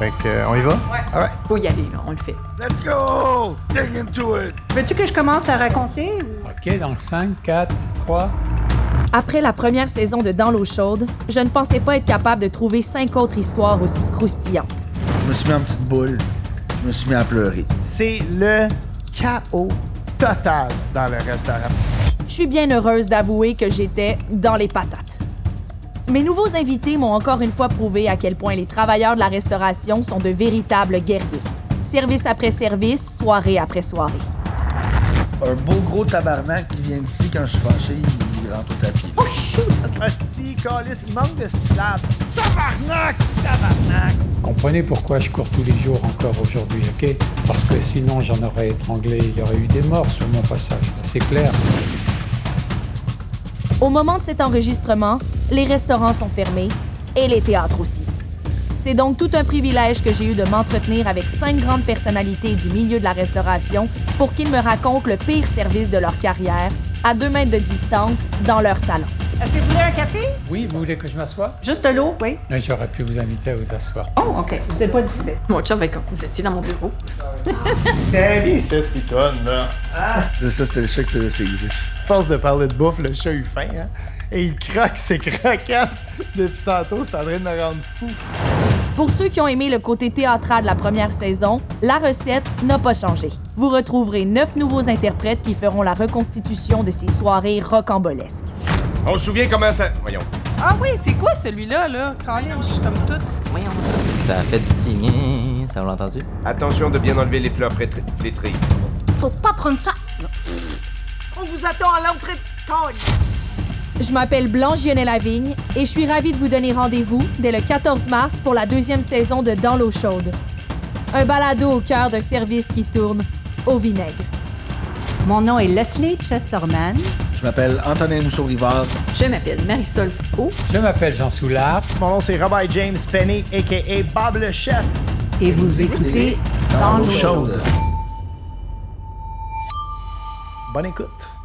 Fait que, on y va? Ouais. All right. Faut y aller, là, on le fait. Let's go! Dig into it! Veux-tu que je commence à raconter? Ou... OK, donc 5, 4, 3... Après la première saison de Dans l'eau chaude, je ne pensais pas être capable de trouver 5 autres histoires aussi croustillantes. Je me suis mis en petite boule. Je me suis mis à pleurer. C'est le chaos total dans le restaurant. Je suis bien heureuse d'avouer que j'étais dans les patates. Mes nouveaux invités m'ont encore une fois prouvé à quel point les travailleurs de la restauration sont de véritables guerriers. Service après service, soirée après soirée. Un beau gros tabarnak qui vient d'ici quand je suis fâché, il rentre au tapis. Oh shoot! Hostie, calice, il manque de syllabes. Tabarnak! Tabarnak! Comprenez pourquoi je cours tous les jours encore aujourd'hui, OK? Parce que sinon, j'en aurais étranglé, il y aurait eu des morts sur mon passage, c'est clair. Au moment de cet enregistrement, les restaurants sont fermés et les théâtres aussi. C'est donc tout un privilège que j'ai eu de m'entretenir avec 5 grandes personnalités du milieu de la restauration pour qu'ils me racontent le pire service de leur carrière, à 2 mètres de distance, dans leur salon. Est-ce que vous voulez un café? Oui, vous voulez que je m'assoie? Juste de l'eau, oui. Là, j'aurais pu vous inviter à vous asseoir. Oh, OK. C'est pas difficile. Mon chum, ben, quand vous étiez dans mon bureau. T'es bien cette pitonne, là. Ah! C'est ça, c'était le chat qui faisait ses griffes. Force de parler de bouffe, le chat a eu faim, hein? Et il croque ses croquettes depuis tantôt, c'est en train de me rendre fou. Pour ceux qui ont aimé le côté théâtral de la première saison, la recette n'a pas changé. Vous retrouverez 9 nouveaux interprètes qui feront la reconstitution de ces soirées rocambolesques. On se souvient comment ça... Voyons. Ah oui, c'est quoi celui-là, là? Colin, je suis comme toute. Voyons. Ça a fait du petit mien, ça vous l'a entendu? Attention de bien enlever les fleurs flétries. Faut pas prendre ça! On vous attend à l'entrée de Colin! Je m'appelle Blanche Yonnet-Lavigne et je suis ravie de vous donner rendez-vous dès le 14 mars pour la 2e saison de Dans l'eau chaude. Un balado au cœur d'un service qui tourne au vinaigre. Mon nom est Leslie Chesterman. Je m'appelle Antonin Mousseau-Rivard. Je m'appelle Marisol Foucault. Je m'appelle Jean Soulard. Mon nom, c'est Robert James Penny, a.k.a. Bob le Chef. Et vous écoutez Dans l'eau chaude. Bonne écoute.